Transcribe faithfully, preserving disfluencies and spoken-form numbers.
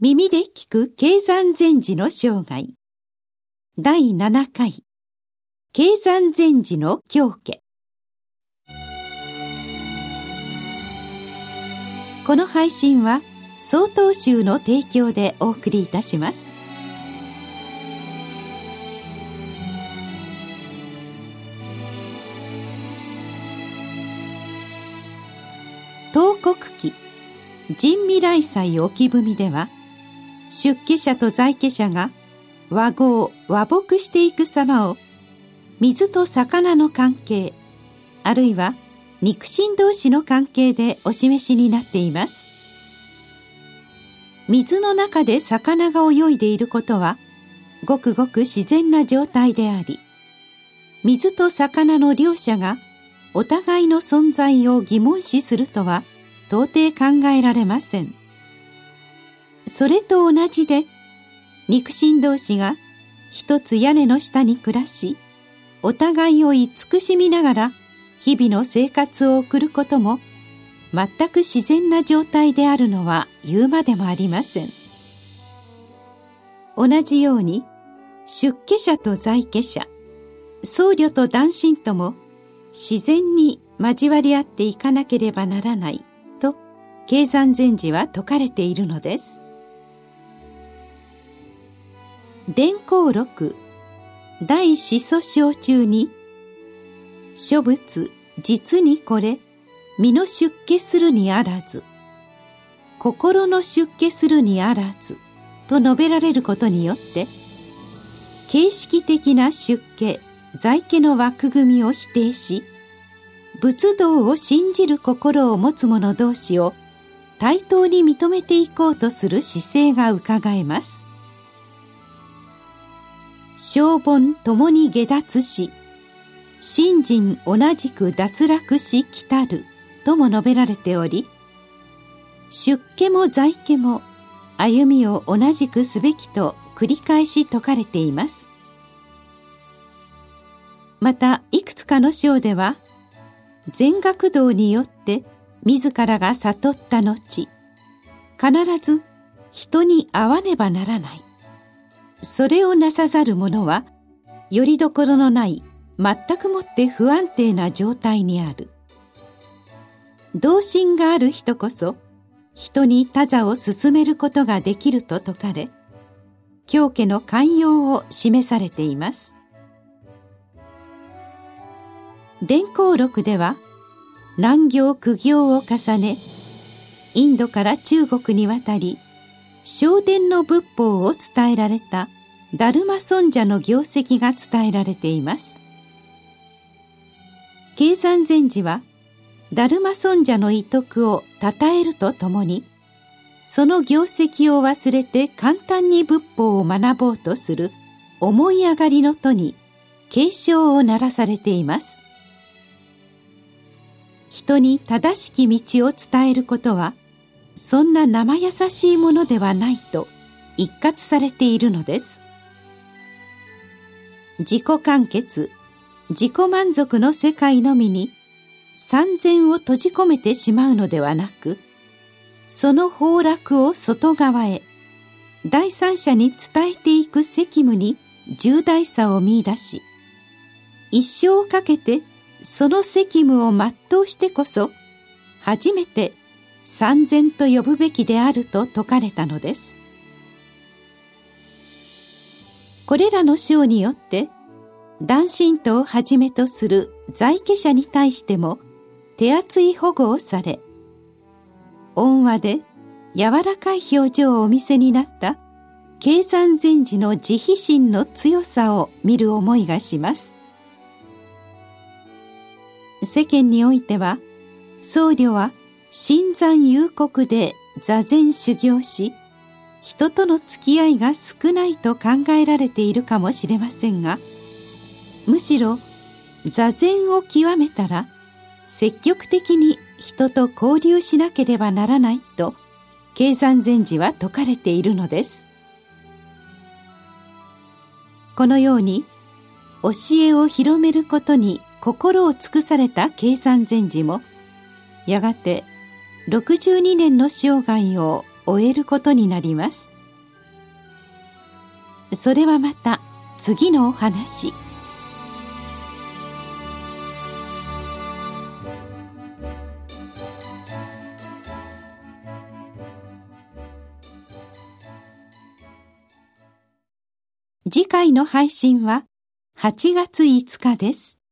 耳で聞く経山禅師の生涯だいななかい経山禅師の教家。この配信は曹洞宗の提供でお送りいたします。東国記神未来祭置文では、出家者と在家者が和合和睦していく様を水と魚の関係、あるいは肉親同士の関係でお示しになっています。水の中で魚が泳いでいることはごくごく自然な状態であり、水と魚の両者がお互いの存在を疑問視するとは到底考えられません。それと同じで、肉親同士が一つ屋根の下に暮らし、お互いを慈しみながら日々の生活を送ることも全く自然な状態であるのは言うまでもありません。同じように出家者と在家者、僧侶と男信とも自然に交わり合っていかなければならないと経山禅師は説かれているのです。伝行録大始祖章中に、諸仏実にこれ身の出家するにあらず、心の出家するにあらずと述べられることによって、形式的な出家在家の枠組みを否定し、仏道を信じる心を持つ者同士を対等に認めていこうとする姿勢がうかがえます。正凡ともに下脱し、信心同じく脱落し来たるとも述べられており、出家も在家も歩みを同じくすべきと繰り返し説かれています。またいくつかの章では、禅学道によって自らが悟った後、必ず人に会わねばならない。それをなさざる者は、よりどころのない全くもって不安定な状態にある。道心がある人こそ、人に他座を進めることができると説かれ、教家の寛容を示されています。伝行録では、難行苦行を重ね、インドから中国に渡り、正伝の仏法を伝えられたダルマ尊者の業績が伝えられています。経山禅師はダルマ尊者の遺徳を称えるとともに、その業績を忘れて簡単に仏法を学ぼうとする思い上がりの徒に警鐘を鳴らされています。人に正しき道を伝えることは、そんな生優しいものではないと一括されているのです。自己完結、自己満足の世界のみに三善を閉じ込めてしまうのではなく、その崩落を外側へ、第三者に伝えていく責務に重大さを見出し、一生をかけてその責務を全うしてこそ、初めて三善と呼ぶべきであると説かれたのです。これらの章によって、男信徒をはじめとする在家者に対しても手厚い保護をされ、温和で柔らかい表情をお見せになった経山禅師の慈悲心の強さを見る思いがします。世間においては、僧侶は深山幽谷で座禅修行し、人との付き合いが少ないと考えられているかもしれませんが、むしろ座禅を極めたら積極的に人と交流しなければならないと経山禅師は説かれているのです。このように教えを広めることに心を尽くされた経山禅師も、やがてろくじゅうにねんの生涯を終えることになります。 それはまた次のお話。次回の配信ははちがついつかです。